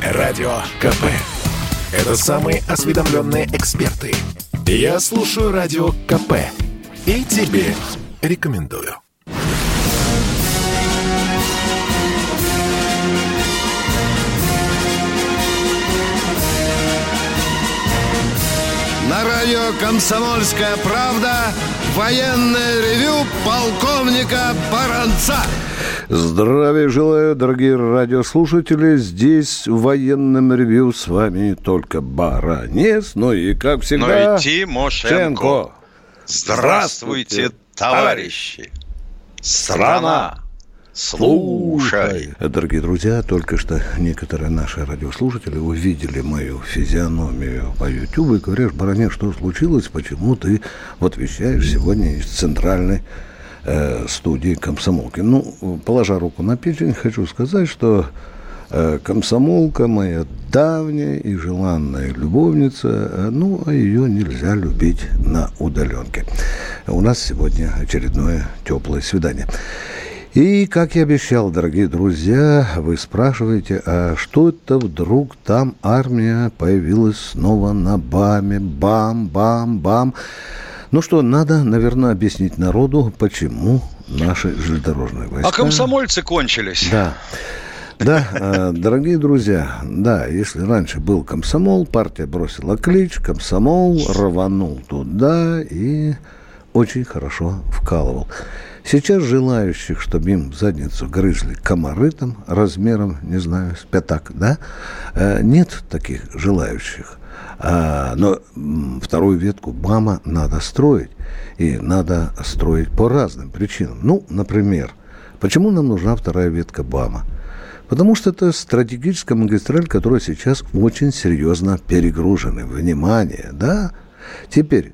Радио КП. Это самые осведомленные эксперты. Я слушаю Радио КП и тебе рекомендую. На радио «Комсомольская правда» военное ревю полковника Баранца. Здравия желаю, дорогие радиослушатели. Здесь в военном ревью с вами не только Баранец, но и, как всегда, но и Тимошенко. Здравствуйте, товарищи! Страна! Слушай! Дорогие друзья, только что некоторые наши радиослушатели увидели мою физиономию по YouTube и говорят: Баранец, что случилось? Почему ты вот вещаешь сегодня из центральной студии «Комсомолки»? Ну, положа руку на печень, хочу сказать, что «Комсомолка» моя давняя и желанная любовница, ну, а ее нельзя любить на удаленке. У нас сегодня очередное теплое свидание. И, как я обещал, дорогие друзья, вы спрашиваете, а что это вдруг там армия появилась снова на БАМе? Бам. Ну что, надо, наверное, объяснить народу, почему наши железнодорожные войска... А комсомольцы кончились. Да, дорогие друзья, да, если раньше был комсомол, партия бросила клич, комсомол рванул туда и очень хорошо вкалывал. Сейчас желающих, чтобы им в задницу грызли комары там размером, не знаю, с пятак, да, нет таких желающих. Но вторую ветку БАМа надо строить. И надо строить по разным причинам. Ну, например, почему нам нужна вторая ветка БАМа? Потому что это стратегическая магистраль, которая сейчас очень серьезно перегружена. Внимание, да? Теперь,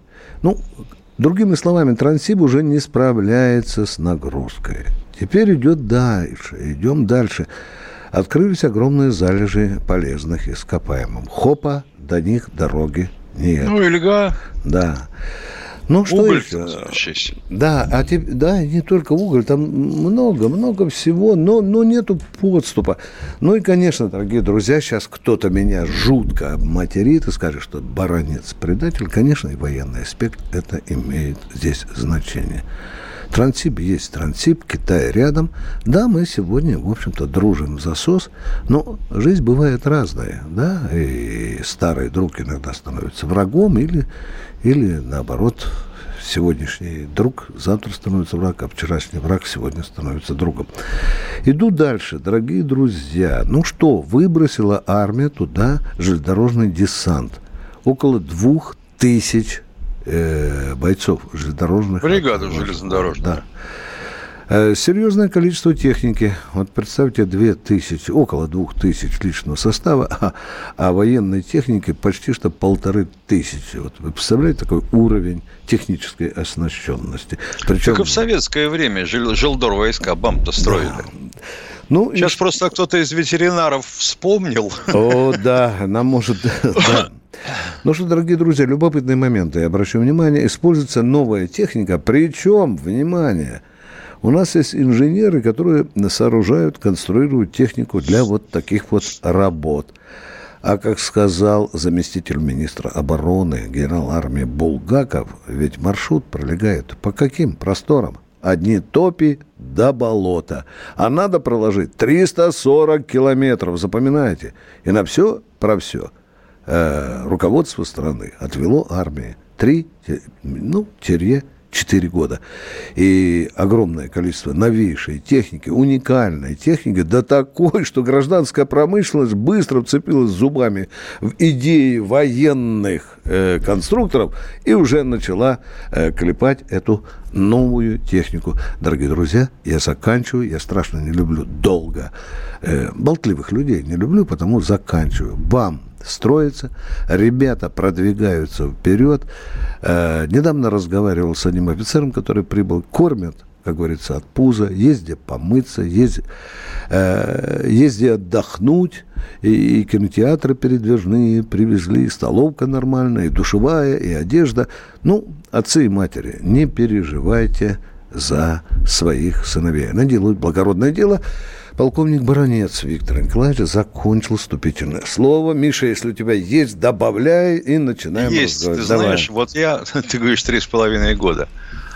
другими словами, Транссиб уже не справляется с нагрузкой. Теперь идем дальше. Открылись огромные залежи полезных ископаемых. Хопа, до них дороги нет. Ильга. Да. Ну, что уголь еще? Да, не только уголь, там много всего, но нету подступа. Ну и, конечно, дорогие друзья, сейчас кто-то меня жутко обматерит и скажет, что Баранец предатель. Конечно, и военный аспект это имеет здесь значение. Транссиб есть Транссиб, Китай рядом. Да, мы сегодня, в общем-то, дружим в засос, но жизнь бывает разная, да, и старый друг иногда становится врагом или наоборот, сегодняшний друг завтра становится враг, а вчерашний враг сегодня становится другом. Иду дальше, дорогие друзья. Ну что, выбросила армия туда железнодорожный десант. Около 2000 бойцов железнодорожных. Бригада железнодорожная. Да. Серьезное количество техники. Вот представьте, около 2000 личного состава, а военной техники почти что 1500. Вот вы представляете такой уровень технической оснащенности? Причем... Как и в советское время желдор-войска БАМ-то строили. Да. Сейчас просто кто-то из ветеринаров вспомнил. О, да, нам может... Да. Ну что, дорогие друзья, любопытные моменты. Я обращу внимание, используется новая техника, причем, внимание, у нас есть инженеры, которые сооружают, конструируют технику для вот таких вот работ. А как сказал заместитель министра обороны, генерал армии Булгаков, ведь маршрут пролегает по каким просторам? Одни топи до болота. А надо проложить 340 километров, запоминайте. И на все про все руководство страны отвело армии 4 года. И огромное количество новейшей техники, уникальной техники, до такой, что гражданская промышленность быстро вцепилась зубами в идеи военных конструкторов и уже начала клепать эту новую технику. Дорогие друзья, я заканчиваю. Я страшно не люблю долго болтливых людей. Не люблю, потому заканчиваю. БАМ строится, ребята продвигаются вперед. Недавно разговаривал с одним офицером, который прибыл, кормят, как говорится, от пуза, езди помыться, езди отдохнуть, и кинотеатры передвижные привезли, и столовка нормальная, и душевая, и одежда. Отцы и матери, не переживайте за своих сыновей. Они делают благородное дело. Полковник Баранец Виктор Николаевич закончил вступительное слово. Миша, если у тебя есть, добавляй и начинаем разговор. Есть, ты знаешь, вот ты говоришь, 3,5 года.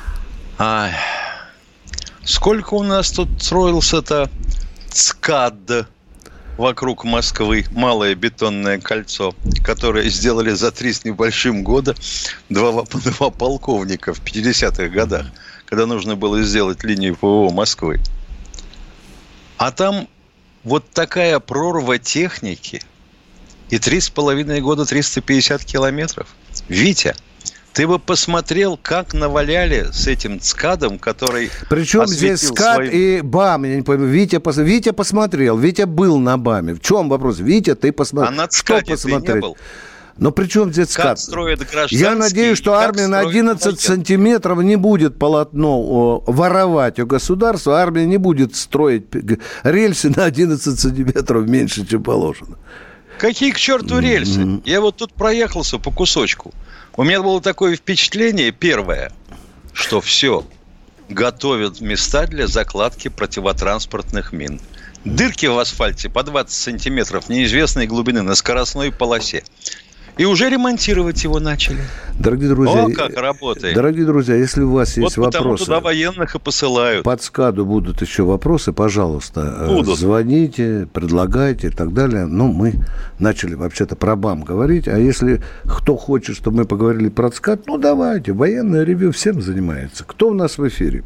Сколько у нас тут строился-то ЦКАД вокруг Москвы, малое бетонное кольцо, которое сделали за 3 с небольшим года два полковника в 50-х годах, когда нужно было сделать линию ПВО Москвы. А там вот такая прорва техники и 3,5 года 350 километров. Витя, ты бы посмотрел, как наваляли с этим ЦКАДом, который причем здесь ЦКАД и БАМ, я не пойму. Витя посмотрел, Витя был на БАМе. В чем вопрос? Витя, ты посмотрел. А на ЦКАДе ты не был? Но при чем здесь ЦКАД? Я надеюсь, что армия на 11 сантиметров не будет полотно воровать у государства. Армия не будет строить рельсы на 11 сантиметров меньше, чем положено. Какие к черту рельсы? Я вот тут проехался по кусочку. У меня было такое впечатление, первое, что все, готовят места для закладки противотранспортных мин. Дырки в асфальте по 20 сантиметров неизвестной глубины на скоростной полосе. И уже ремонтировать его начали. Дорогие друзья, как работает. Дорогие друзья, если у вас есть вопросы... Вот потому туда военных и посылают. Под ЦКАДу будут еще вопросы, пожалуйста, звоните, предлагайте и так далее. Ну, мы начали вообще-то про БАМ говорить, а если кто хочет, чтобы мы поговорили про ЦКАД, ну, давайте, военное ревью всем занимается. Кто у нас в эфире?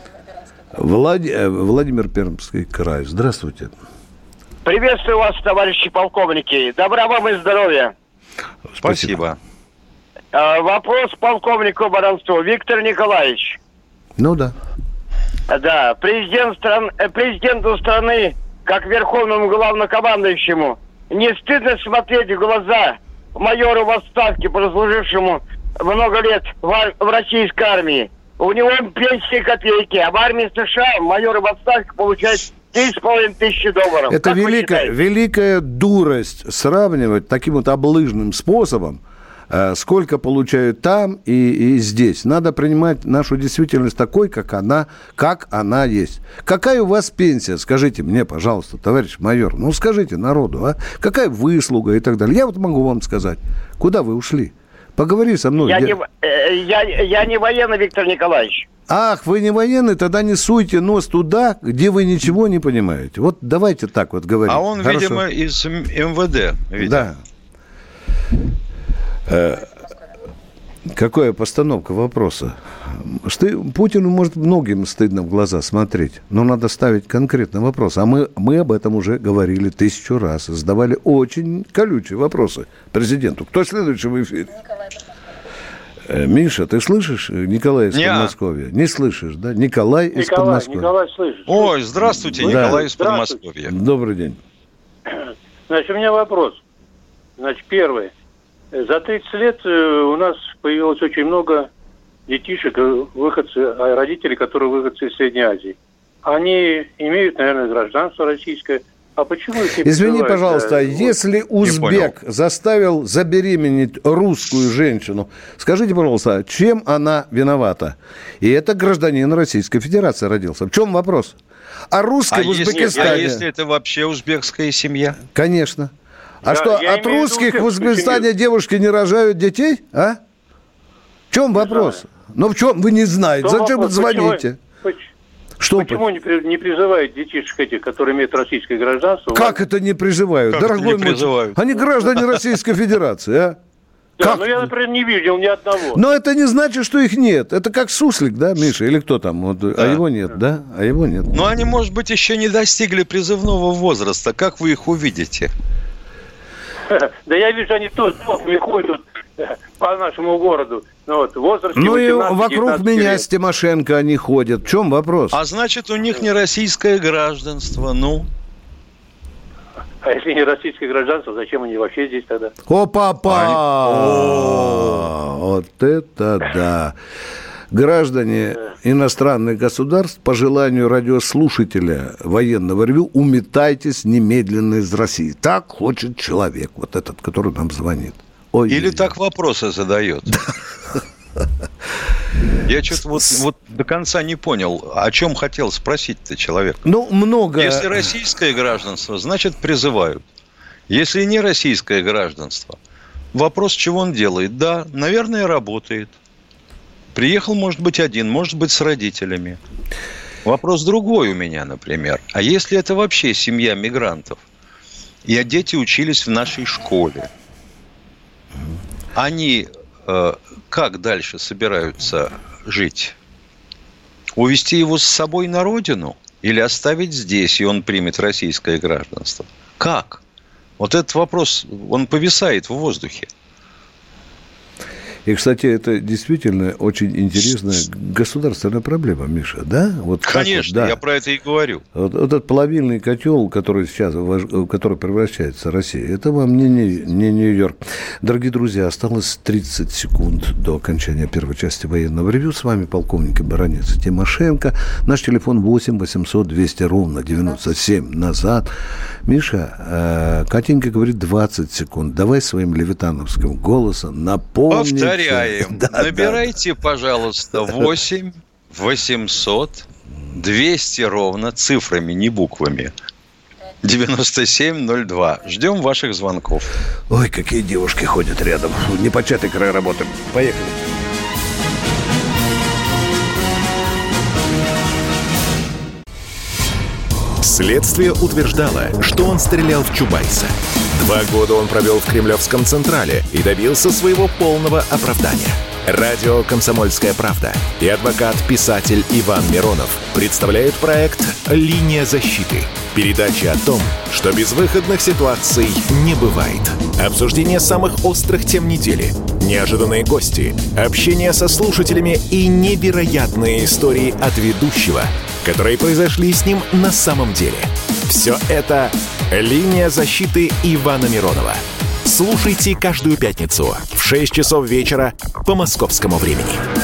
Владимир Пермский край. Здравствуйте. Приветствую вас, товарищи полковники. Добра вам и здоровья. Спасибо. Вопрос полковнику Баранцу. Виктор Николаевич. Ну да. Да, президенту страны, как верховному главнокомандующему, не стыдно смотреть в глаза майору в отставке, прослужившему много лет в российской армии. У него пенсии копейки, а в армии США майор в отставке получает $3,500. Это великая дурость сравнивать таким вот облыжным способом, сколько получают там и здесь. Надо принимать нашу действительность такой, как она есть. Какая у вас пенсия? Скажите мне, пожалуйста, товарищ майор. Ну, скажите народу, а? Какая выслуга и так далее. Я вот могу вам сказать. Куда вы ушли? Поговори со мной. Я не военный, Виктор Николаевич. Ах, вы не военный, тогда не суйте нос туда, где вы ничего не понимаете. Вот давайте так вот говорить. А он, хорошо? Видимо, из МВД. Видимо. Да. Какая постановка вопроса? Путину, может, многим стыдно в глаза смотреть, но надо ставить конкретный вопрос. А мы об этом уже говорили 1000 раз, задавали очень колючие вопросы президенту. Кто следующий в эфире? Миша, ты слышишь Николай из Подмосковья? Не слышишь, да? Николай из Подмосковья. Николай слышит. Ой, здравствуйте, Николай из Подмосковья. Добрый день. Значит, у меня вопрос. Значит, первый. За 30 лет у нас появилось очень много детишек, родителей, которые выходцы из Средней Азии. Они имеют, наверное, гражданство российское. А почему их не Извини, пожалуйста, если узбек заставил забеременеть русскую женщину, скажите, пожалуйста, чем она виновата? И это гражданин Российской Федерации родился. В чем вопрос? А русский в Узбекистане... А если это вообще узбекская семья? Конечно. А что, от русских в Узбекистане девушки не рожают детей? А? В чем вопрос? Ну, в чем? Вы не знаете. Зачем вы звоните? Почему не призывают детишек этих, которые имеют российское гражданство? Как это не призывают? Дорогой мой, они граждане Российской Федерации, а? Да, но я, например, не видел ни одного. Но это не значит, что их нет. Это как суслик, да, Миша? Или кто там? Вот, да. А его нет, да? А его нет. Но они, может быть, еще не достигли призывного возраста. Как вы их увидите? Да я вижу, они тут ходят по нашему городу. Ну и вокруг меня с Тимошенко они ходят. В чем вопрос? А значит, у них не российское гражданство, ну? А если не российское гражданство, зачем они вообще здесь тогда? Вот это да. Граждане иностранных государств, по желанию радиослушателя военного ревью, уметайтесь немедленно из России. Так хочет человек, вот этот, который нам звонит. Или так вопросы задает. Я что-то вот до конца не понял, о чем хотел спросить-то человек. Ну, много... Если российское гражданство, значит, призывают. Если не российское гражданство, вопрос, чего он делает. Да, наверное, работает. Приехал, может быть, один, может быть, с родителями. Вопрос другой у меня, например. А если это вообще семья мигрантов, и дети учились в нашей школе, они как дальше собираются жить? Увезти его с собой на родину? Или оставить здесь, и он примет российское гражданство? Как? Вот этот вопрос, он повисает в воздухе. И, кстати, это действительно очень интересная государственная проблема, Миша, да? Вот конечно, вот, да. Я про это и говорю. Вот этот плавильный котел, который сейчас, в который превращается Россия, это вам не Нью-Йорк. Дорогие друзья, осталось 30 секунд до окончания первой части военного ревью. С вами полковник и баронец Тимошенко. Наш телефон 8 800 200 ровно 97 назад. Миша, Катенька говорит 20 секунд. Давай своим левитановским голосом напомни. Повторяем. Да, набирайте, пожалуйста, 8 800 200 ровно, цифрами, не буквами. 9702. Ждем ваших звонков. Ой, какие девушки ходят рядом. Непочатый край работы. Поехали. Следствие утверждало, что он стрелял в Чубайса. 2 года он провел в Кремлевском Централе и добился своего полного оправдания. Радио «Комсомольская правда» и адвокат-писатель Иван Миронов представляют проект «Линия защиты». Передача о том, что безвыходных ситуаций не бывает. Обсуждение самых острых тем недели, неожиданные гости, общение со слушателями и невероятные истории от ведущего, которые произошли с ним на самом деле. Все это «Линия защиты» Ивана Миронова. Слушайте каждую пятницу в 6 часов вечера по московскому времени.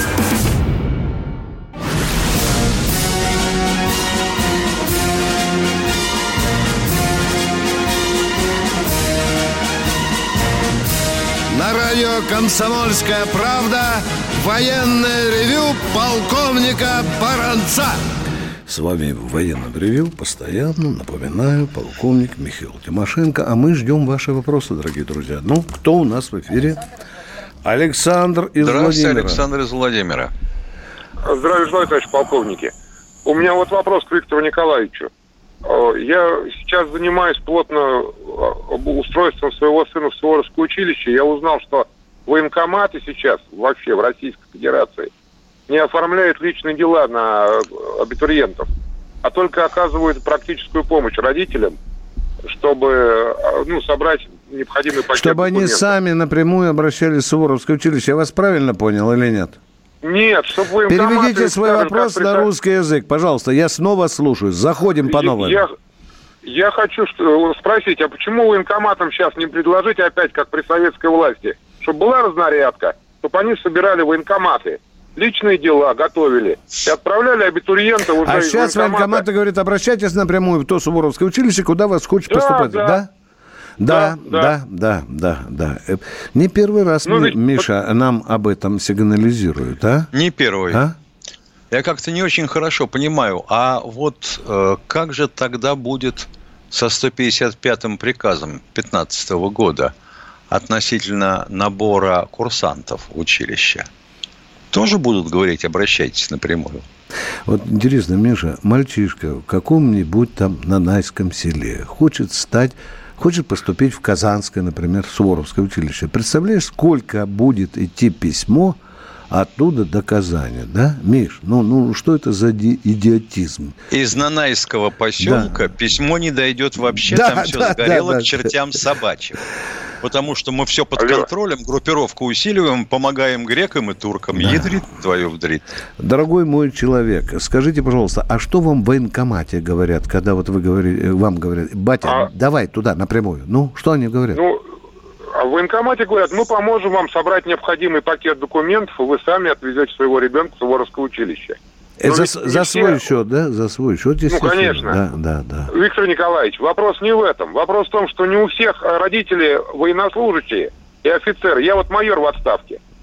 На радио «Комсомольская правда» военное ревю полковника Баранца. С вами в военном ревью постоянно, напоминаю, полковник Михаил Тимошенко. А мы ждем ваши вопросы, дорогие друзья. Ну, кто у нас в эфире? Александр из Владимира. Здравствуйте, Александр из Владимира. Здравия желаю, товарищ полковники. У меня вот вопрос к Виктору Николаевичу. Я сейчас занимаюсь плотно устройством своего сына в Суворовское училище. Я узнал, что военкоматы сейчас вообще в Российской Федерации не оформляют личные дела на абитуриентов, а только оказывают практическую помощь родителям, чтобы собрать необходимый пакет чтобы документов. Они сами напрямую обращались в Суворовское училище. Я вас правильно понял или нет? Нет, чтобы военкоматы... Переведите свой вопрос на русский язык, пожалуйста. Я снова слушаю. Заходим по новой. Я хочу спросить, а почему военкоматам сейчас не предложить опять, как при советской власти, чтобы была разнарядка, чтобы они собирали военкоматы, личные дела готовили и отправляли абитуриента уже а из сейчас военкоматы говорят, обращайтесь напрямую в то Суворовское училище, куда вас хочет поступать. Да? Да. Не первый раз, Миша, нам об этом сигнализируют, а? Не первый. А? Я как-то не очень хорошо понимаю, а вот как же тогда будет со 155-м приказом 2015 года относительно набора курсантов в училище? Тоже будут говорить, обращайтесь напрямую? Вот интересно, Миша, мальчишка в каком-нибудь там нанайском селе хочет поступить в Казанское, например, Суворовское училище. Представляешь, сколько будет идти письмо оттуда до Казани, да? Миш, что это за идиотизм? Из Нанайского поселка письмо не дойдет вообще, там все сгорело к чертям собачьим. Потому что мы все под контролем, группировку усиливаем, помогаем грекам и туркам. Да. Ядрит твою вдрит. Дорогой мой человек, скажите, пожалуйста, а что вам в военкомате говорят, когда вот вам говорят, батя, давай туда напрямую? Ну, что они говорят? В военкомате говорят, мы поможем вам собрать необходимый пакет документов, и вы сами отвезете своего ребенка в Суворовское училище. За свой счет, да? За свой счет, естественно. Конечно. Да. Виктор Николаевич, вопрос не в этом. Вопрос в том, что не у всех родители военнослужащие и офицеры. Я вот майор в отставке.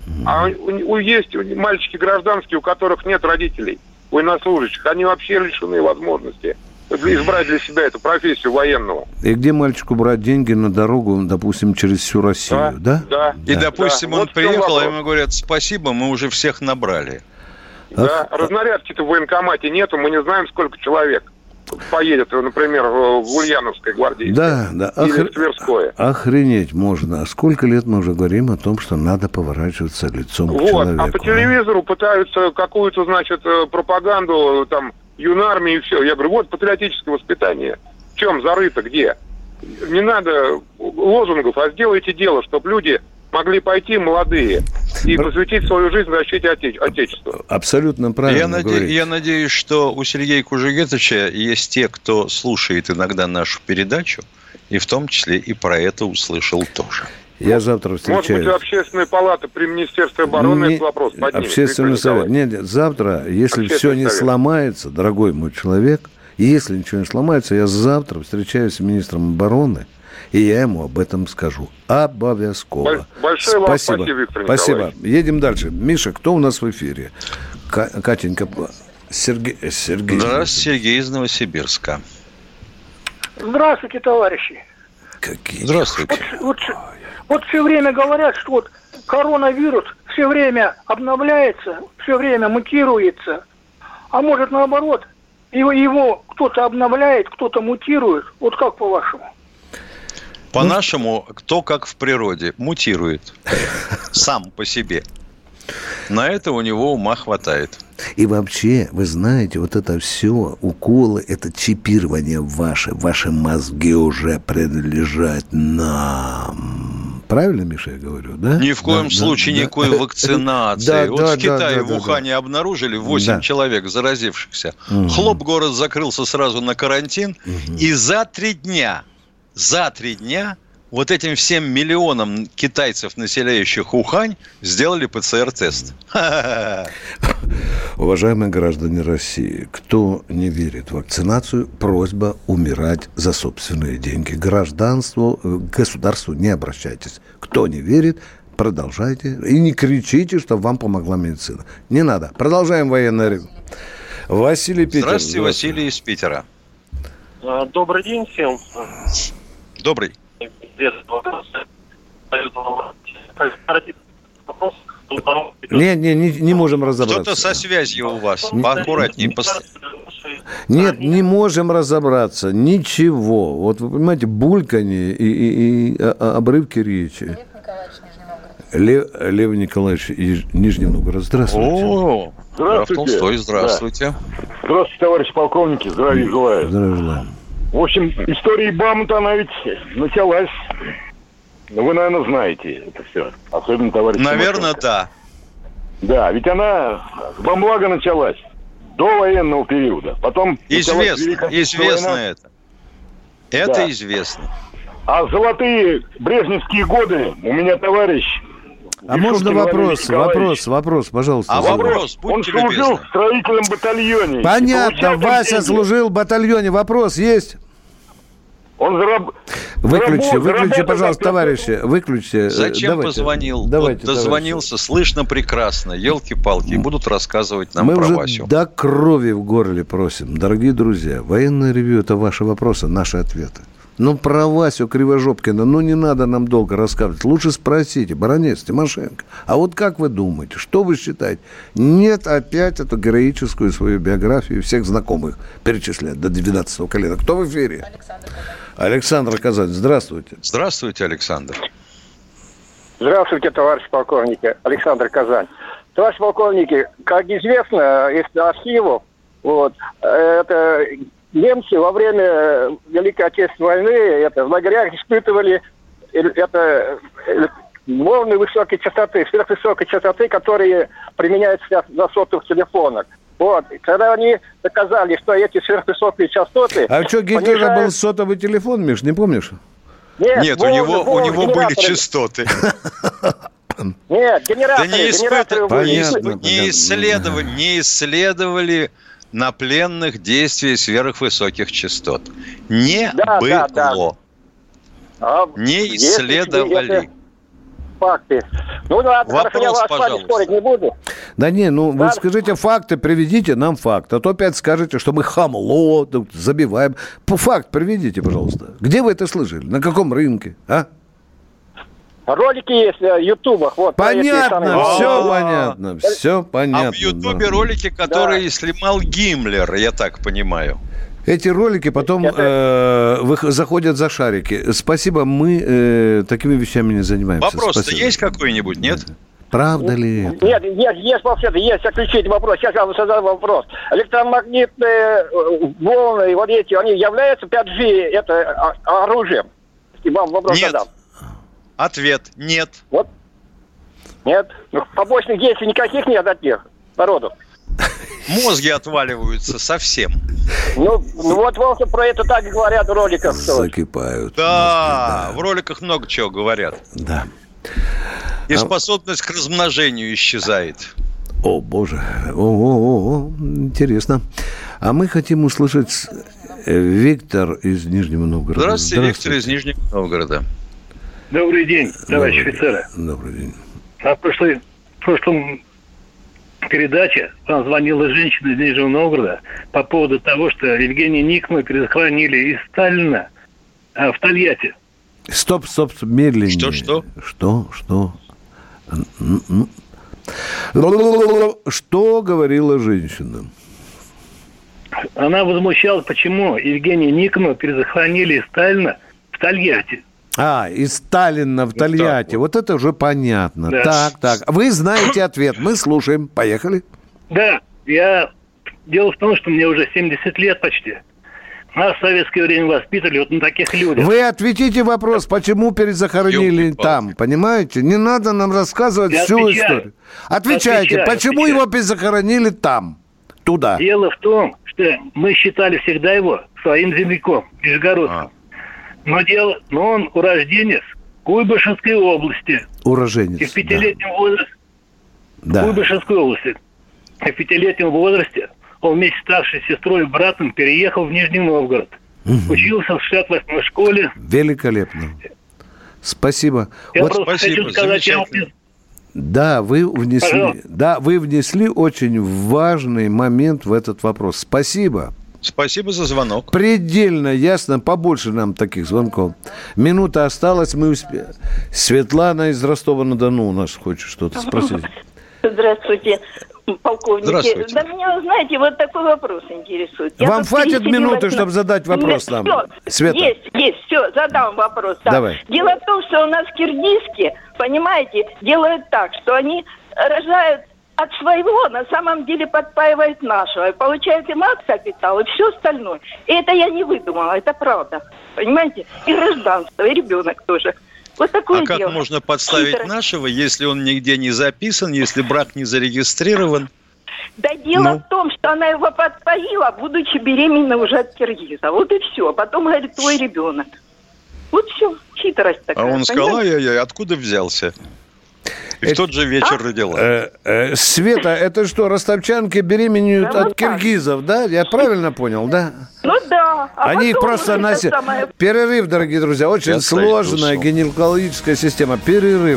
А есть мальчики гражданские, у которых нет родителей, у военнослужащих. Они вообще лишены возможности избрать для себя эту профессию военного. И где мальчику брать деньги на дорогу, допустим, через всю Россию, да? Да. И, допустим, он Вот приехал, а ему говорят: спасибо, мы уже всех набрали. Да, разнарядки-то в военкомате нету, мы не знаем, сколько человек поедет, например, в Ульяновское гвардейское. Да. Или в Тверское. Охренеть можно. А сколько лет мы уже говорим о том, что надо поворачиваться лицом к человеку? А по телевизору пытаются какую-то, значит, пропаганду, там, юнармии и все. Я говорю, вот патриотическое воспитание. В чем зарыто, где? Не надо лозунгов, а сделайте дело, чтобы люди могли пойти, молодые, и посвятить свою жизнь защите Отечества. Абсолютно правильно говорите. Я надеюсь, что у Сергея Кужугетовича есть те, кто слушает иногда нашу передачу, и в том числе и про это услышал тоже. Я завтра встречаюсь. Может быть, Общественная палата при Министерстве обороны этот вопрос поднимет. Общественный совет. Нет, завтра, если все не сломается, дорогой мой человек, если ничего не сломается, я завтра встречаюсь с министром обороны, и я ему об этом скажу. Обовязково. Большое вам спасибо, Виктор Николаевич. Спасибо. Едем дальше. Миша, кто у нас в эфире? Катенька. Сергей. Здравствуйте, Сергей из Новосибирска. Здравствуйте, товарищи. Какие? Здравствуйте. Вот все время говорят, что вот коронавирус все время обновляется, все время мутируется. А может, наоборот, его кто-то обновляет, кто-то мутирует. Вот как по-вашему? По-нашему, кто как в природе, мутирует сам по себе. На это у него ума хватает. И вообще, вы знаете, вот это все, уколы, это чипирование ваши мозги уже принадлежат нам. Правильно, Миша, я говорю, да? Ни в коем случае никакой вакцинации. Вот в Китае, в Ухане обнаружили 8 человек заразившихся. Хлоп, город закрылся сразу на карантин. И за 3 дня вот этим всем миллионам китайцев, населяющих Ухань, сделали ПЦР-тест. Уважаемые граждане России, кто не верит в вакцинацию, просьба умирать за собственные деньги. К государству не обращайтесь. Кто не верит, продолжайте. И не кричите, что вам помогла медицина. Не надо. Продолжаем военное ревю. Василий, Питер. Здравствуйте, Василий из Питера. Добрый день всем. Добрый. Не можем разобраться. Что-то со связью у вас. Поаккуратнее. Нет, не можем разобраться. Ничего. Вот вы понимаете, бульканье и обрывки речи. Лев Николаевич из Нижнего Новгорода. Здравствуйте. Здравствуйте. Здравствуйте. Здравствуйте, товарищи полковники. Здравия желаю. Здравия желаю. В общем, история Бахмута, она ведь началась. Вы, наверное, знаете это все. Особенно товарищи. Наверное, да. Да, ведь она с Бамблага началась. До военного периода. Потом известно это. Это да. Известно. А золотые брежневские годы у меня товарищ... А можно вопрос, пожалуйста. Вопрос, он служил в строительном батальоне. Понятно, Вася служил в батальоне. Вопрос есть? Выключите, пожалуйста, товарищи. Выключите. Зачем позвонил? Давайте, дозвонился, слышно прекрасно. Елки-палки, будут рассказывать нам про Васю. Мы уже до крови в горле просим. Дорогие друзья, военное ревью – это ваши вопросы, наши ответы. Про Васю Кривожопкина, не надо нам долго рассказывать. Лучше спросите, баронец Тимошенко, а вот как вы думаете, что вы считаете? Нет, опять эту героическую свою биографию всех знакомых перечислять до 12-го колена. Кто в эфире? Александр Казань, здравствуйте. Здравствуйте, Александр. Здравствуйте, товарищ полковники. Александр Казань. Товарищ полковники, как известно из архивов, это... Немцы во время Великой Отечественной войны в лагерях испытывали волны высокой частоты, сверхвысокой частоты, которые применяются на сотовых телефонах. Когда они доказали, что эти сверхвысокие частоты... А что, Гитлера был сотовый телефон, Миш, не помнишь? Нет, у него были частоты. Нет, генераторы. Не исследовали на пленных действий сверхвысоких частот. Не исследовали. Факты. Ну ладно, Вопрос, хорошо, я вас с вами пожалуйста. спорить не буду. Да не, ну Да. вы скажите факты, приведите нам факт. А то опять скажете, что мы хамло тут забиваем. Факт приведите, пожалуйста. Где вы это слышали? На каком рынке? А? Ролики есть в ютубах. Вот, Понятно, все А-а-а. понятно, все понятно. А в Ютубе ролики, которые снимал Гиммлер, я так понимаю. Эти ролики потом заходят за шарики. Спасибо, мы такими вещами не занимаемся. Вопрос-то Спасибо. есть какой-нибудь, нет? Правда ли это? Нет, есть вообще-то, есть заключительный вопрос. Сейчас я вам задам вопрос. Электромагнитные волны, вот эти, они являются 5G это оружием? И вам вопрос Нет. задам. Ответ – нет. Вот. Нет? Ну, побочных действий никаких нет от них, народу. Мозги отваливаются совсем. Ну вот про это так и говорят в роликах. Закипают. Да, мозги, в роликах много чего говорят. да. И способность к размножению исчезает. О, боже. О, интересно. А мы хотим услышать Виктор из Нижнего Новгорода. Здравствуйте, Виктор из Нижнего Новгорода. Добрый день, товарищ офицеры. Добрый день. На прошлом передаче вам звонила женщина из Нижнего Новгорода по поводу того, что Евгения Никонова перезахоронили из Сталина в Тольятти. Стоп, медленнее. Что? Что говорила женщина? Она возмущалась, почему Евгения Никонова перезахоронили из Сталина в Тольятти. Из Сталина в Тольятти. Вот это уже понятно. Да. Так. Вы знаете ответ. Мы слушаем. Поехали. Да, дело в том, что мне уже 70 лет почти. Нас в советское время воспитывали вот на таких людях. Вы ответите вопрос, почему перезахоронили Ёлки-палки. там, понимаете? Не надо нам рассказывать Я всю отвечаю. историю. Отвечайте, почему его перезахоронили там, туда? Дело в том, что мы считали всегда его своим земляком, нижегородцем. Но он урожденец Куйбышевской области. Уроженец. И в пятилетнем возрасте Да. Куйбышевской области. И в пятилетнем возрасте он вместе с старшей сестрой и братом переехал в Нижний Новгород. Учился в 68-й школе. Великолепно. Спасибо. Я Вот, просто спасибо, хочу сказать, замечательно. вы внесли очень важный момент в этот вопрос. Спасибо. Спасибо за звонок. Предельно ясно. Побольше нам таких звонков. Минута осталась, мы успеем. Светлана из Ростова-на-Дону у нас хочет что-то спросить. Здравствуйте, полковники. Здравствуйте. Да меня, знаете, вот такой вопрос интересует. Я Вам тут хватит пересидела минуты, на- чтобы задать вопрос нам? Всё, Света. Есть, все, задам вопрос. Да. Давай. Дело в том, что у нас киргизские, понимаете, делают так, что они рожают от своего, на самом деле подпаивают нашего. И получают и мат-капитал, и все остальное. И это я не выдумала, это правда. Понимаете? И гражданство, и ребенок тоже. Вот такое А как дело. можно подставить Хитро. нашего, если он нигде не записан, если брак не зарегистрирован? Да дело Ну? в том, что она его подпоила, будучи беременна уже от киргиза. Вот и все. Потом говорит, твой ребенок. Вот все, хитрость А такая. он сказал, понимаете? ай-яй-яй, откуда взялся? И в тот же вечер родила. Света, это что, ростовчанки беременеют Да, от вот так. киргизов, да? Я правильно понял, да? Ну да. А Они их потом просто это носят. самое- Перерыв, дорогие друзья. Очень Я сложная слышал. гинекологическая система. Перерыв.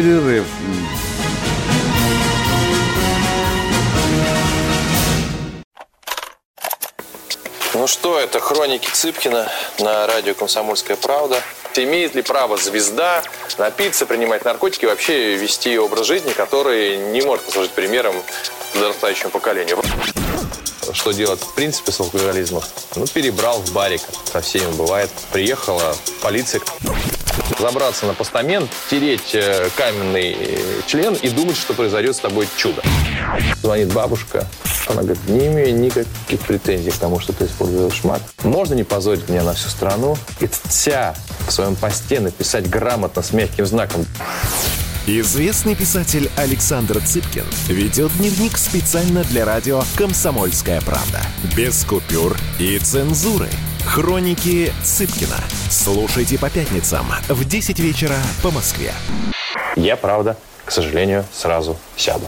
Ну что, это хроники Цыпкина на радио «Комсомольская правда». Имеет ли право звезда напиться, принимать наркотики и вообще вести образ жизни, который не может послужить примером подрастающему поколению? Что делать в принципе с алкоголизмом? Ну, перебрал в барик. Со всеми бывает. Приехала полиция. Забраться на постамент, тереть каменный член и думать, что произойдет с тобой чудо. Звонит бабушка. Она говорит, не имею никаких претензий к тому, что ты используешь мат. Можно не позорить меня на всю страну и вся в своем посте написать грамотно с мягким знаком. Известный писатель Александр Цыпкин ведет дневник специально для радио «Комсомольская правда». Без купюр и цензуры. Хроники Цыпкина. Слушайте по пятницам в 10 вечера по Москве. Я, правда, к сожалению, сразу сяду.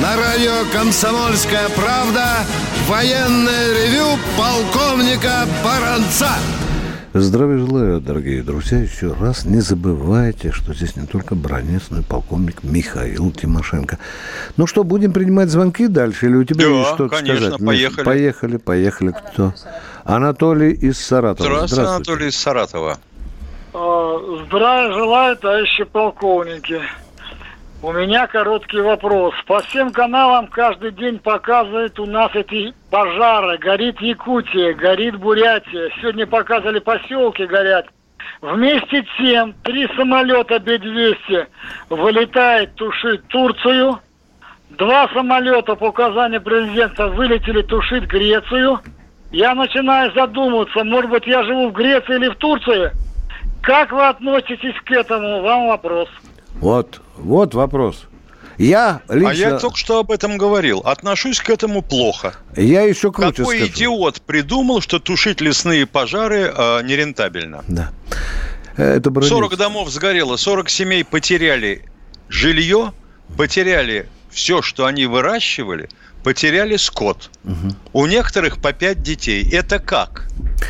На радио «Комсомольская правда» военное ревю полковника Баранца. Здравия желаю, дорогие друзья. Еще раз не забывайте, что здесь не только бронец, но и полковник Михаил Тимошенко. Ну что, будем принимать звонки дальше? Или у тебя есть что-то конечно, сказать? поехали. Поехали. Кто? Анатолий из Саратова. Здравствуйте, Анатолий из Саратова. Здравия желаю, товарищи полковники. У меня короткий вопрос. По всем каналам каждый день показывают у нас эти пожары. Горит Якутия, горит Бурятия. Сегодня показывали, поселки горят. Вместе с тем 3 самолета Б-200 вылетает тушить Турцию. 2 самолета по указанию президента вылетели тушить Грецию. Я начинаю задумываться, может быть, я живу в Греции или в Турции? Как вы относитесь к этому? Вам вопрос. Вот вопрос. Я лично... А я только что об этом говорил. Отношусь к этому плохо. Я еще круче Какой скажу. идиот придумал, что тушить лесные пожары нерентабельно? Да. Это 40 домов сгорело, 40 семей потеряли жилье, потеряли все, что они выращивали, потеряли скот. Угу. У некоторых по 5 детей. Это как?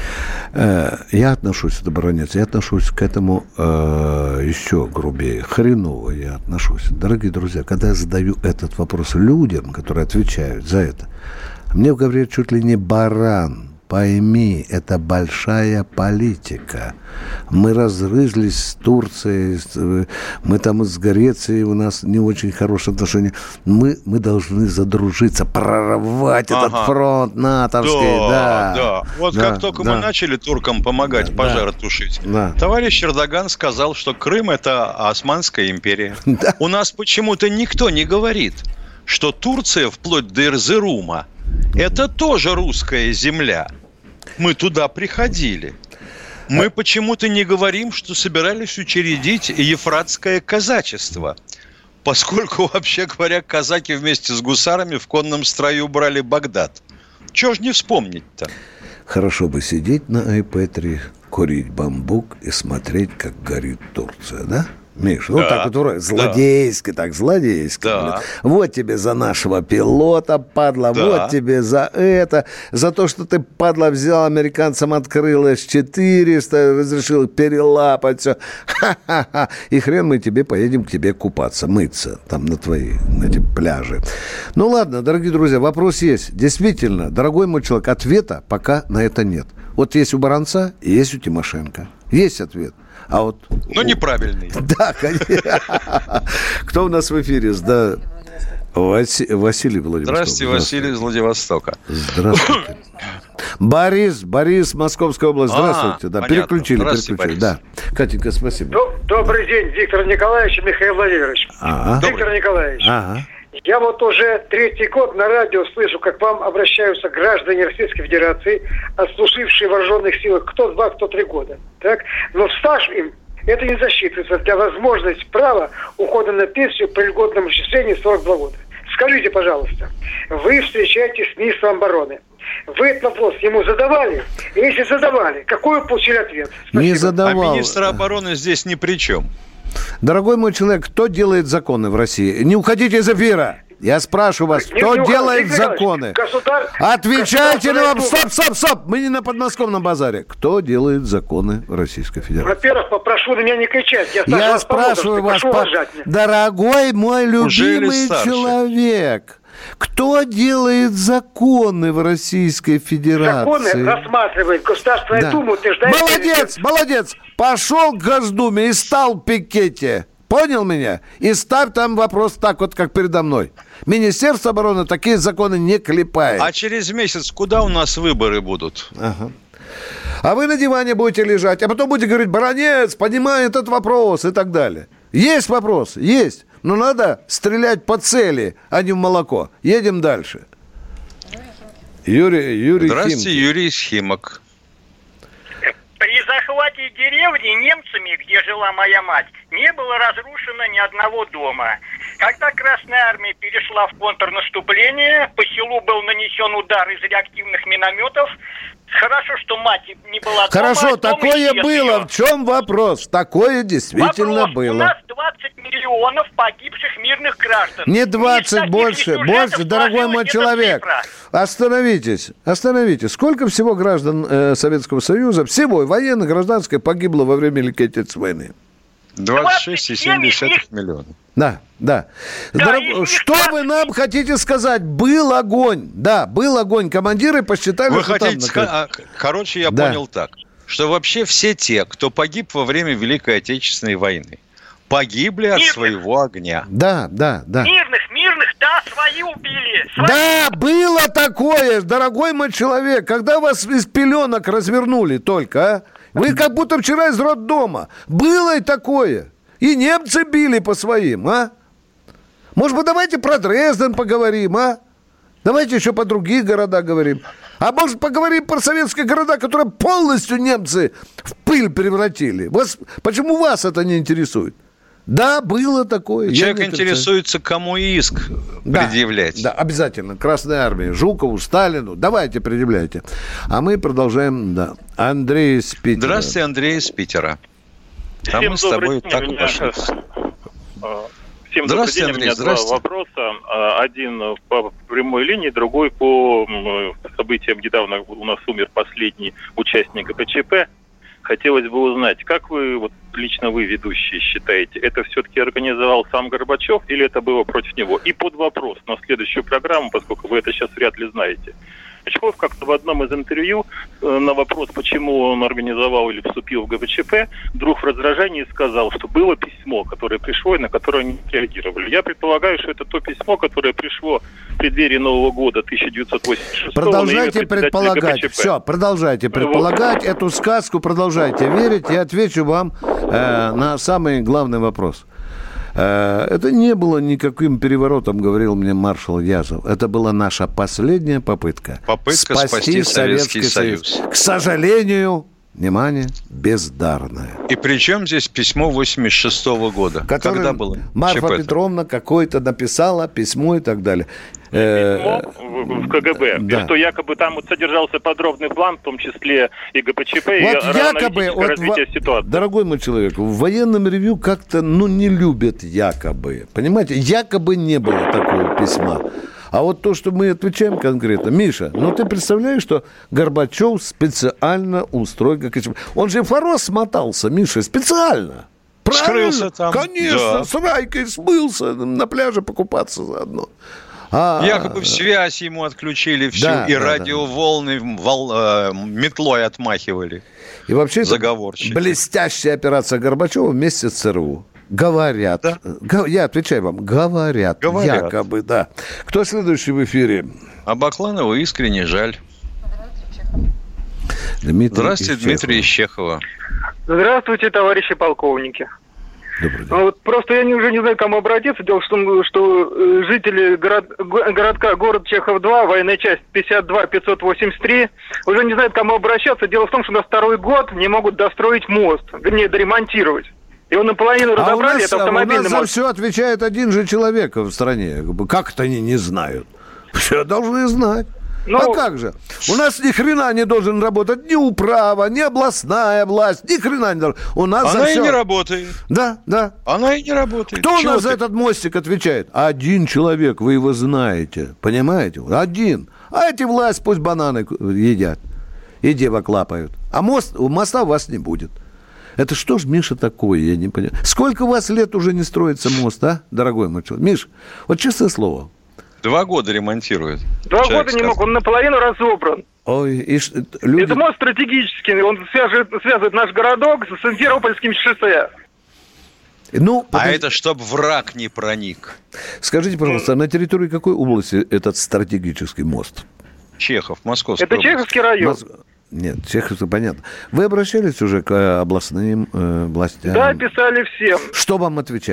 Я отношусь, добронец, я отношусь к этому еще грубее. Хреново я отношусь. Дорогие друзья, когда я задаю этот вопрос людям, которые отвечают за это, мне говорят чуть ли не баран. Пойми, это большая политика. Мы разрызлись с Турцией, мы там с Грецией, у нас не очень хорошие отношения. Мы должны задружиться, прорвать этот фронт натовский. Да. Вот как только мы начали туркам помогать пожары тушить, товарищ Эрдоган сказал, что Крым – это Османская империя. Да. У нас почему-то никто не говорит, что Турция, вплоть до Эрзерума, это тоже русская земля. Мы туда приходили. Мы почему-то не говорим, что собирались учредить ефратское казачество. Поскольку, вообще говоря, казаки вместе с гусарами в конном строю брали Багдад. Чего ж не вспомнить-то? Хорошо бы сидеть на iPad, курить бамбук и смотреть, как горит Турция, да? Миш, ну так вот злодейски, так, злодейски. Да. Вот тебе за нашего пилота, падла, вот тебе за это, за то, что ты, падла, взял американцам, открыл С-400, разрешил перелапать все. Ха-ха-ха. И хрен мы тебе поедем к тебе купаться, мыться там на эти пляжи. Ну ладно, дорогие друзья, вопрос есть. Действительно, дорогой мой человек, ответа пока на это нет. Вот есть у Баранца и есть у Тимошенко. Есть ответ. А вот... Но неправильный. Да, конечно. Кто у нас в эфире? Да, Василий Владимирович. Здравствуйте, Василий из Владивостока. Здравствуйте. Борис, Московская область. Здравствуйте. Да, переключили. Да. Катенька, спасибо. Добрый день, Виктор Николаевич и Михаил Владимирович. Виктор Николаевич. Я вот уже 3-й год на радио слышу, как к вам обращаются граждане Российской Федерации, отслужившие в вооруженных силах кто 2, кто 3 года. Так? Но стаж им это не засчитывается для возможности права ухода на пенсию при льготном исчислении 42 года. Скажите, пожалуйста, вы встречаетесь с министром обороны. Вы этот вопрос ему задавали? И если задавали, какой вы получили ответ? Спасибо. Не задавал. А министр обороны здесь ни при чем. Дорогой мой человек, кто делает законы в России? Не уходите из эфира. Я спрашиваю вас, кто делает законы? Отвечайте на вопрос. Стоп. Мы не на подмосковном базаре. Кто делает законы в Российской Федерации? Во-первых, попрошу на меня не кричать. Я спрашиваю вас, дорогой мой любимый человек, кто делает законы в Российской Федерации? Законы рассматривает Государственная Дума, утверждает... Молодец! Пошел к Госдуме и стал в пикете. Понял меня? И ставь там вопрос так вот, как передо мной. Министерство обороны такие законы не клепает. А через месяц куда у нас выборы будут? Ага. А вы на диване будете лежать, а потом будете говорить: Баранец, понимай этот вопрос и так далее. Есть вопрос? Есть. Но надо стрелять по цели, а не в молоко. Едем дальше. Юрий Здравствуйте, Юрий из Химок. При захвате деревни немцами, где жила моя мать, не было разрушено ни одного дома. Когда Красная Армия перешла в контрнаступление, по селу был нанесен удар из реактивных минометов, Хорошо, что мать не была дома. Хорошо, такое было. Ее. В чем вопрос? Такое действительно вопрос. было. У нас 20 миллионов погибших мирных граждан. Не 20, больше, дорогой мой человек. Остановитесь. Сколько всего граждан Советского Союза, всего военных, гражданское, погибло во время Великой Отечественной войны? 26,7 миллиона. Да. Что вы нам хотите сказать? Был огонь. Да, был огонь. Командиры посчитали, вы что хотите там... Короче, я понял так, что вообще все те, кто погиб во время Великой Отечественной войны, погибли от своего огня. Да. Мирных, да, свои убили. Да, было такое, дорогой мой человек, когда вас из пеленок развернули только, а? Вы как будто вчера из роддома. Было и такое. И немцы били по своим, а? Может быть, давайте про Дрезден поговорим, а? Давайте еще по других городах говорим. А может, поговорим про советские города, которые полностью немцы в пыль превратили. Почему вас это не интересует? Да, было такое. Человек интересуется, кому иск предъявлять. Да, обязательно. Красной армии, Жукову, Сталину. Давайте, предъявляйте. А мы продолжаем. Да. Андрей из Питера. Здравствуйте, Андрей из Питера. А мы с тобой так обошлись. Всем добрый день. У меня два вопроса. Один по прямой линии, другой по событиям. Недавно у нас умер последний участник ГКЧП. Хотелось бы узнать, как вы, лично вы, ведущие, считаете, это все-таки организовал сам Горбачев или это было против него? И под вопрос на следующую программу, поскольку вы это сейчас вряд ли знаете. Горбачев как-то в одном из интервью на вопрос, почему он организовал или вступил в ГКЧП, вдруг в раздражении сказал, что было письмо, которое пришло и на которое они реагировали. Я предполагаю, что это то письмо, которое пришло в преддверии Нового года 1986 года. Продолжайте предполагать. Все, продолжайте предполагать эту сказку, продолжайте верить. Я отвечу вам на самый главный вопрос. Это не было никаким переворотом, говорил мне маршал Язов. Это была наша последняя попытка спасти Советский Союз. К сожалению, внимание, бездарная. И причем здесь письмо 86-го года? Когда было? Марфа Петровна какое-то написала письмо и так далее. Письмо в КГБ, да. Что якобы там содержался подробный план, в том числе и ГПЧП, и аналитическое развитие ситуации. Дорогой мой человек, в военном ревью как-то, не любят якобы. Понимаете, якобы не было такого письма. А вот то, что мы отвечаем конкретно. Миша, ты представляешь, что Горбачев специально устроил ГКЧП? Он же форос смотался, Миша, специально. Правильно? Скрылся там. Конечно, да. С Райкой смылся на пляже покупаться заодно. Якобы в связь ему отключили всю, да, и радиоволны метлой отмахивали. И вообще это блестящая операция Горбачева вместе с ЦРУ. Говорят. Да? Я отвечаю вам. Говорят. Якобы, да. Кто следующий в эфире? А Бакланову искренне жаль. Здравствуйте, Дмитрий из Чехова. Здравствуйте, товарищи полковники. Просто я уже не знаю, к кому обратиться. Дело в том, что жители городка город Чехов-2, военная часть 52-583, уже не знают, к кому обращаться. Дело в том, что на второй год не могут достроить мост, вернее, доремонтировать. Его наполовину разобрали, это автомобильный мост. У нас за все отвечает один же человек в стране. Как это они не знают? Все должны знать. А как же? У нас ни хрена не должен работать ни управа, ни областная власть, ни хрена не должен. У нас она и не работает. Да. Она и не работает. Кто у нас за этот мостик отвечает? Один человек, вы его знаете. Понимаете? Один. А эти власть пусть бананы едят и девок лапают. А моста у вас не будет. Это что ж, Миша, такое? Я не понимаю. Сколько у вас лет уже не строится мост, дорогой мой человек? Миш, честное слово. 2 года ремонтирует. 2 года не мог, он наполовину разобран. Ой, люди... Это мост стратегический, он связывает наш городок с Симферопольским шоссе. Это чтоб враг не проник. Скажите, пожалуйста, на территории какой области этот стратегический мост? Чехов, Московская область. Это Чеховский район. Нет, Чеховский, понятно. Вы обращались уже к областным властям? Да, писали всем. Что вам отвечали?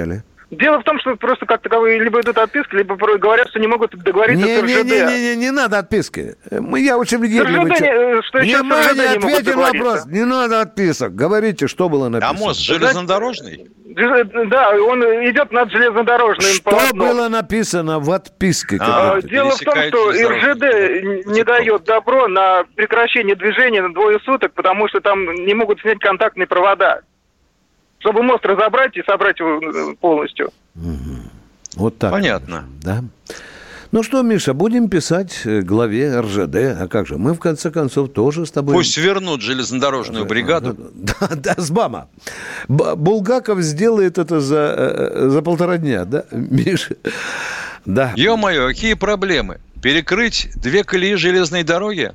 Дело в том, что просто как таковые либо идут отписки, либо говорят, что не могут договориться с РЖД. Не надо отписки. Я очень въедливый человек. Внимание, ответьте на вопрос. Не надо отписок. Говорите, что было написано. А мост железнодорожный? Да, он идет над железнодорожным полотном. Что было написано в отписке? Дело в том, что РЖД не дает добро на прекращение движения на 2 суток, потому что там не могут снять контактные провода. Чтобы мост разобрать и собрать его полностью. Вот так. Понятно. Да. Ну что, Миша, будем писать главе РЖД. А как же? Мы, в конце концов, тоже с тобой... Пусть вернут железнодорожную бригаду. Да, с БАМа. Булгаков сделает это за 1,5 дня, да, Миша? Да. Ё-моё, какие проблемы? Перекрыть 2 колеи железной дороги?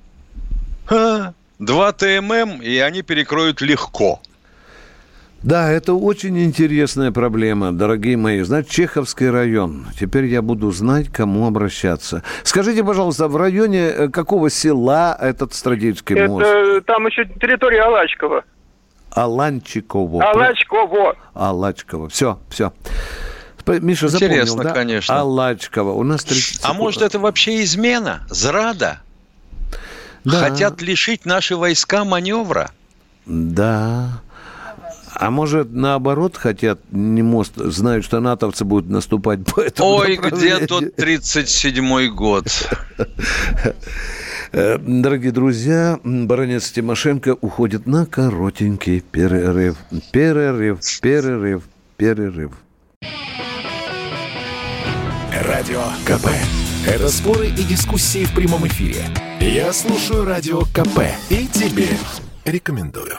2 ТММ, и они перекроют легко. Да, это очень интересная проблема, дорогие мои. Значит, Чеховский район. Теперь я буду знать, к кому обращаться. Скажите, пожалуйста, в районе какого села этот стратегический мост? Там еще территория Алачкова. Аланчиково. Алачково. Все. Миша, запомнил, интересно, да? Конечно. Алачково. У нас 30 А может, это вообще измена? Зрада? Да. Хотят лишить наши войска маневра? Да. А может, наоборот, хотят не мост, знают, что натовцы будут наступать по этому направлению. Где тот 37-й год? Дорогие друзья, баронец Тимошенко уходит на коротенький перерыв. Радио КП. Это споры и дискуссии в прямом эфире. Я слушаю Радио КП и тебе рекомендую.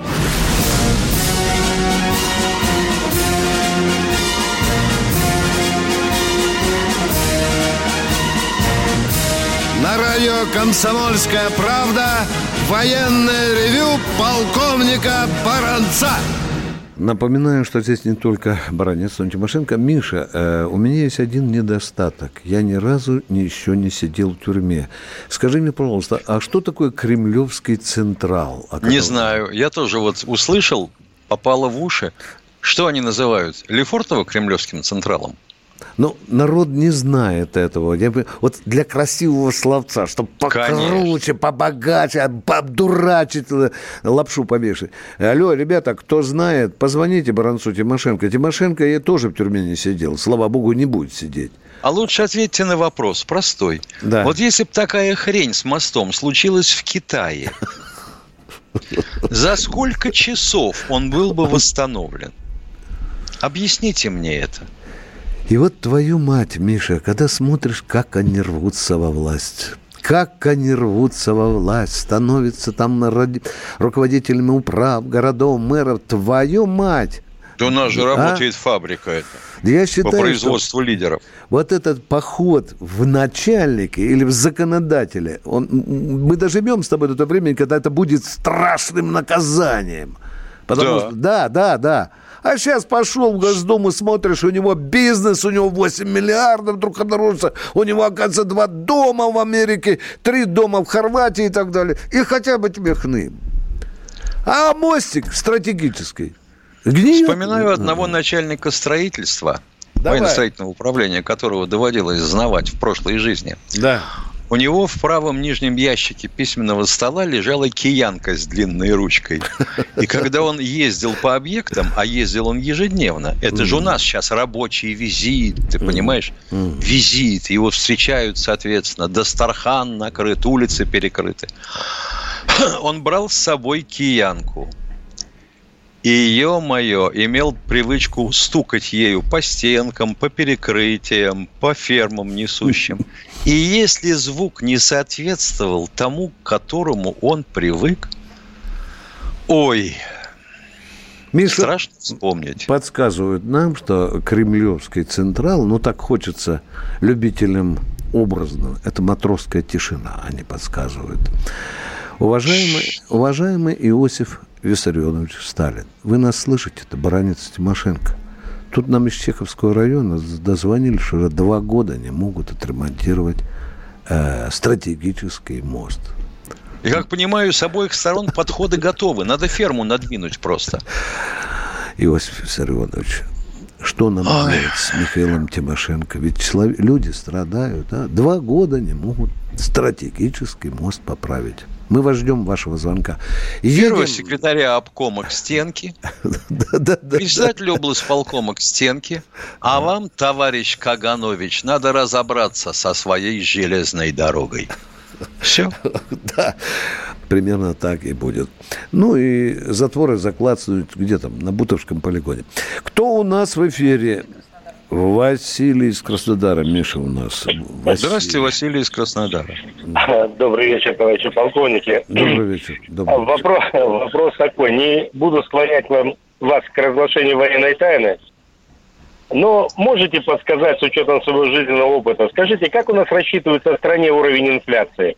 На радио «Комсомольская правда» военное ревю полковника Баранца. Напоминаю, что здесь не только баронец, но и Тимошенко. Миша, у меня есть один недостаток. Я ни разу еще не сидел в тюрьме. Скажи мне, пожалуйста, а что такое Кремлевский Централ? Не знаю. Я тоже вот услышал, попало в уши. Что они называют? Лефортово Кремлевским Централом? Ну, народ не знает этого. Вот для красивого словца, чтобы покруче, побогаче, обдурачить, лапшу повешать. Алло, ребята, кто знает, позвоните Баранцу Тимошенко. Тимошенко я тоже в тюрьме не сидел. Слава богу, не будет сидеть. А лучше ответьте на вопрос простой. Да. Вот если бы такая хрень с мостом случилась в Китае, за сколько часов он был бы восстановлен? Объясните мне это. И вот твою мать, Миша, когда смотришь, как они рвутся во власть, становятся там руководителями управ, городов, мэров, твою мать. Да у нас же работает фабрика эта. Я считаю, по производству лидеров. Вот этот поход в начальники или в законодатели, мы доживем с тобой до того времени, когда это будет страшным наказанием. Потому что, да. А сейчас пошел в Госдуму, смотришь, у него бизнес, у него 8 миллиардов вдруг обнаружится, у него, оказывается, 2 дома в Америке, 3 дома в Хорватии и так далее. И хотя бы тебе хны. А мостик стратегический гниет. Вспоминаю одного начальника строительства, военно-строительного управления, которого доводилось знавать в прошлой жизни. Да. У него в правом нижнем ящике письменного стола лежала киянка с длинной ручкой. И когда он ездил по объектам, а ездил он ежедневно, это же у нас сейчас рабочий визит, ты понимаешь? Визит, его встречают, соответственно, Дастархан накрыт, улицы перекрыты. Он брал с собой киянку. И, ё-моё, имел привычку стукать ею по стенкам, по перекрытиям, по фермам несущим. И если звук не соответствовал тому, к которому он привык, Миша, страшно вспомнить. Подсказывают нам, что Кремлевский Централ, так хочется любителям образного, это матросская тишина, они подсказывают. Уважаемый Иосиф Виссарионович Сталин, вы нас слышите, это баронец Тимошенко. Тут нам из Чеховского района дозвонили, что уже 2 года не могут отремонтировать стратегический мост. И, как понимаю, с обоих сторон подходы готовы. Надо ферму надвинуть просто. Иосиф Виссарионович, Что нам делать с Михаилом Тимошенко? Ведь люди страдают, а? 2 года не могут стратегический мост поправить. Мы вас ждем вашего звонка. Первого секретаря обкома к стенке, председателя облсполкома к стенке, а вам, товарищ Каганович, надо разобраться со своей железной дорогой. Все? Да, примерно так и будет. Ну и затворы закладывают где там, на Бутовском полигоне. Кто у нас в эфире? Василий из Краснодара. Миша у нас. Здравствуйте, Василий из Краснодара. Добрый вечер, товарищи полковники. Добрый вечер. Вопрос такой. Не буду склонять вас к разглашению военной тайны, но можете подсказать с учетом своего жизненного опыта. Скажите, как у нас рассчитывается в стране уровень инфляции?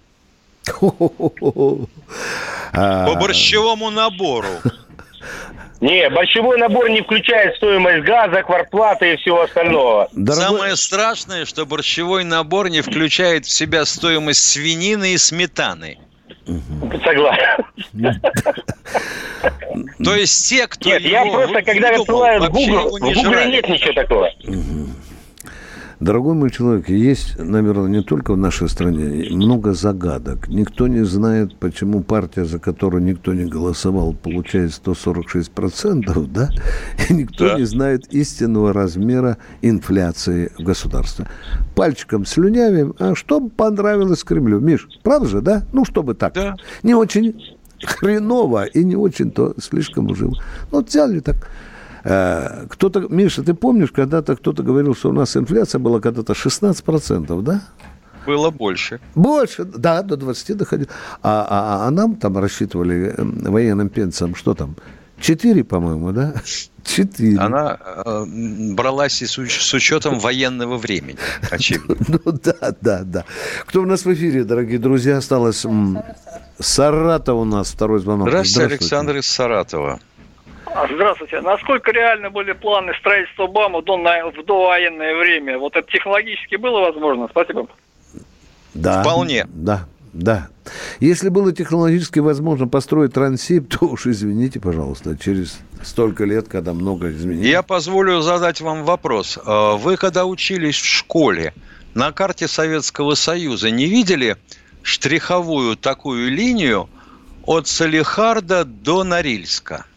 По борщевому набору. Не, борщевой набор не включает стоимость газа, квартплаты и всего остального. Самое страшное, что борщевой набор не включает в себя стоимость свинины и сметаны. Согласен. То есть те, кто Нет, я просто, когда высылаю в Гугле нет ничего такого. Дорогой мой человек, есть, наверное, не только в нашей стране много загадок. Никто не знает, почему партия, за которую никто не голосовал, получает 146%, да? И никто не знает истинного размера инфляции в государстве. Пальчиком слюнявим, а что понравилось Кремлю? Миш, правда же, да? Ну, чтобы так. Да. Не очень хреново и не очень-то слишком уже. Ну, взяли так. Кто-то, Миша, ты помнишь, когда-то кто-то говорил, что у нас инфляция была когда-то 16%, да? Было больше. Больше, да, до 20 доходило. А нам там рассчитывали военным пенсиям, что там, 4, по-моему, да? 4. Она бралась и с учетом военного времени, очевидно. Ну да. Кто у нас в эфире, дорогие друзья? Осталось Саратов у нас, второй звонок. Здравствуйте, Александр из Саратова. Здравствуйте. Насколько реально были планы строительства БАМа в довоенное время? Вот это технологически было возможно? Спасибо. Да. Вполне. Да. Если было технологически возможно построить Транссиб, то уж извините, пожалуйста, через столько лет, когда много изменилось. Я позволю задать вам вопрос. Вы, когда учились в школе, на карте Советского Союза не видели штриховую такую линию от Салехарда до Норильска?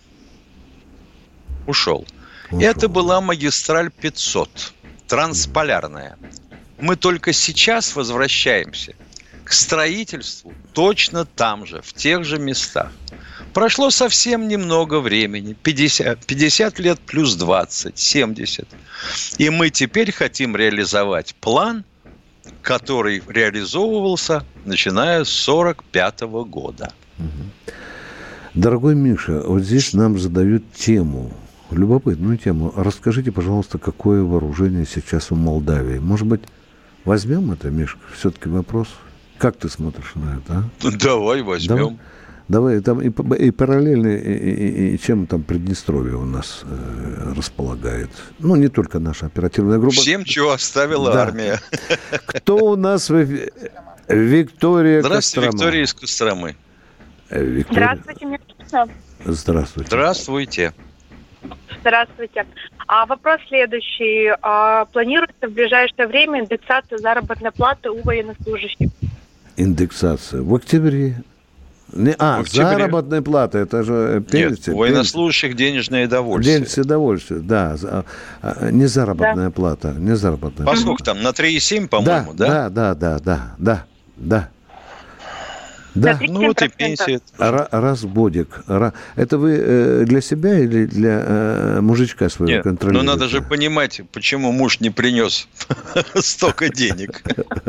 Ушел. Это была магистраль 500, трансполярная. Мы только сейчас возвращаемся к строительству точно там же, в тех же местах. Прошло совсем немного времени, 50 лет плюс 20, 70. И мы теперь хотим реализовать план, который реализовывался, начиная с 1945 года. Дорогой Миша, вот здесь нам задают тему, любопытную тему. Расскажите, пожалуйста, какое вооружение сейчас у Молдавии? Может быть, возьмем это, Мишка? Все-таки вопрос. Как ты смотришь на это, а? Давай возьмем. Давай, там и параллельно, и чем там Приднестровье у нас располагает. Ну, не только наша оперативная группа. Всем, чего оставила армия. Кто у нас? Виктория Здравствуйте, Виктория из Костромы. Здравствуйте, меня слышно? Здравствуйте. Здравствуйте. Вопрос следующий. Планируется в ближайшее время индексация заработной платы у военнослужащих? Индексация в октябре. Заработная плата, это же пенсия. Нет, у военнослужащих денежное довольствие. Денежное довольствие, да. Не заработная плата. Не заработная. По сколько там? На 3,7, по-моему, да? Да. Ну вот и пенсия. Раз в годик. Это вы для себя или для мужичка своего контролируете? Но надо же понимать, почему муж не принес столько денег.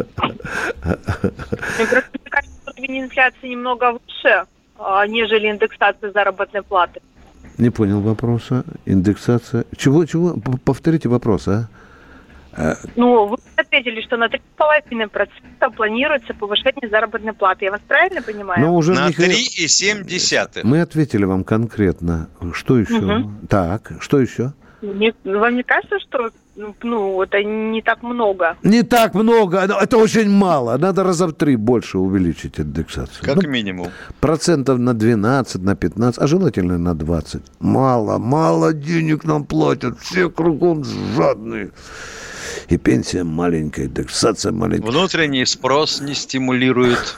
Уровень инфляции немного выше, нежели индексация заработной платы. Не понял вопроса. Индексация. Чего? Повторите вопрос, а? Вы ответили, что на 3,5% планируется повышение заработной платы. Я вас правильно понимаю? Уже на 3,7. Мы ответили вам конкретно. Что еще? Так, что еще? Вам не кажется, что это не так много. Не так много, это очень мало. Надо раза в 3 больше увеличить индексацию. Как минимум. Процентов на 12, на 15, а желательно на 20. Мало денег нам платят. Все кругом жадные. И пенсия маленькая, индексация маленькая. Внутренний спрос не стимулирует.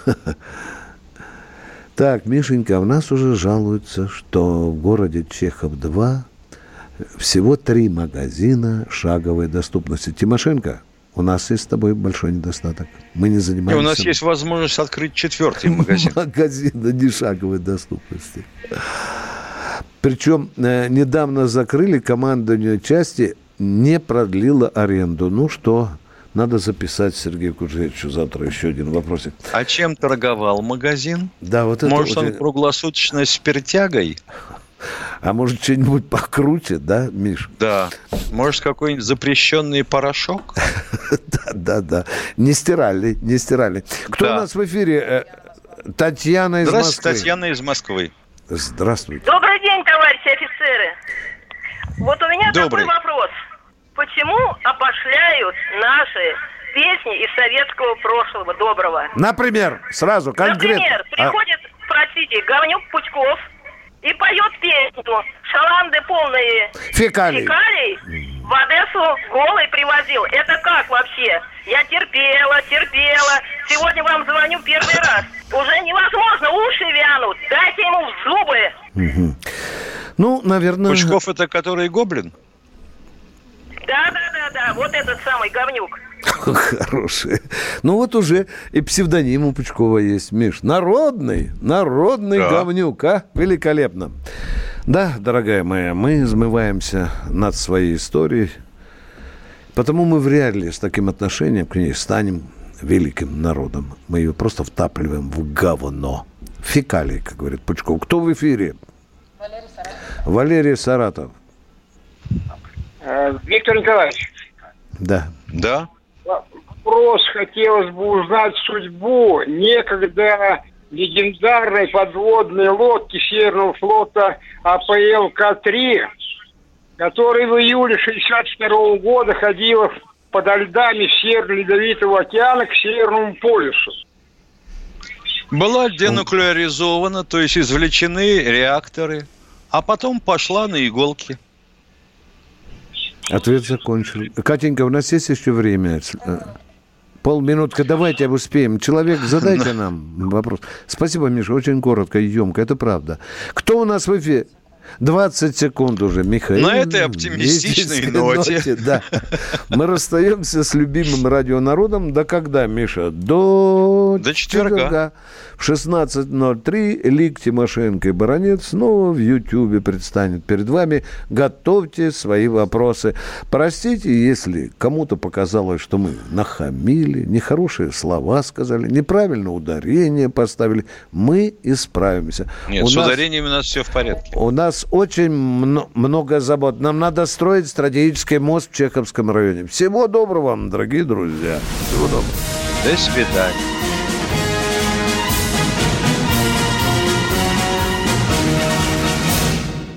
Так, Мишенька, у нас уже жалуются, что в городе Чехов-2 всего 3 магазина шаговой доступности. Тимошенко, у нас есть с тобой большой недостаток. Мы не занимаемся... И у нас есть возможность открыть 4-й магазин. Магазин не шаговой доступности. Причем недавно закрыли, командование части не продлило аренду. Ну что... Надо записать Сергею Куджевичу завтра еще один вопросик. А чем торговал магазин? Да, вот это может, он круглосуточно спиртягой? А может, что-нибудь покруче, да, Миш? Да. Может, какой-нибудь запрещенный порошок? Да. Не стирали. Кто у нас в эфире? Татьяна из Москвы. Здравствуйте, Татьяна из Москвы. Здравствуйте. Добрый день, товарищи офицеры. Вот у меня такой вопрос. Почему опошляют наши песни из советского прошлого, доброго? Например, сразу, конкретно. Например, приходит, Говнюк Пучков и поет песню «Шаланды полные фекалий в Одессу голой привозил». Это как вообще? Я терпела. Сегодня вам звоню первый раз. Уже невозможно, уши вянут. Дайте ему в зубы. Угу. Ну, наверное... Пучков это который гоблин? Да, вот этот самый Говнюк. Хороший. Ну вот уже и псевдоним у Пучкова есть, Миш. Народный Говнюк, а? Великолепно. Да, дорогая моя, мы измываемся над своей историей, потому мы вряд ли с таким отношением к ней станем великим народом. Мы ее просто втапливаем в говно. Фекалии, как говорит Пучков. Кто в эфире? Валерий Саратов. Виктор Николаевич. Да. Вопрос хотелось бы узнать судьбу некогда легендарной подводной лодки Северного флота АПЛ-К-3, которая в июле 1962 года ходила подо льдами Северного Ледовитого океана к Северному полюсу. Была денуклеаризована, то есть извлечены реакторы, а потом пошла на иголки. Ответ закончил. Катенька, у нас есть еще время? Полминутки, давайте успеем. Человек, задайте нам вопрос. Спасибо, Миша, очень коротко и емко, это правда. Кто у нас в эфире? 20 секунд уже, Михаил. На этой оптимистичной ноте. Да. Мы расстаемся с любимым радионародом. До когда, Миша? До четверга. В 16:03 Лик, Тимошенко и Баранец снова в Ютьюбе предстанет перед вами. Готовьте свои вопросы. Простите, если кому-то показалось, что мы нахамили, нехорошие слова сказали, неправильно ударение поставили. Мы исправимся. Нет, с ударениями у нас все в порядке. У нас очень много забот. Нам надо строить стратегический мост в Чеховском районе. Всего доброго вам, дорогие друзья. Всего доброго. До свидания.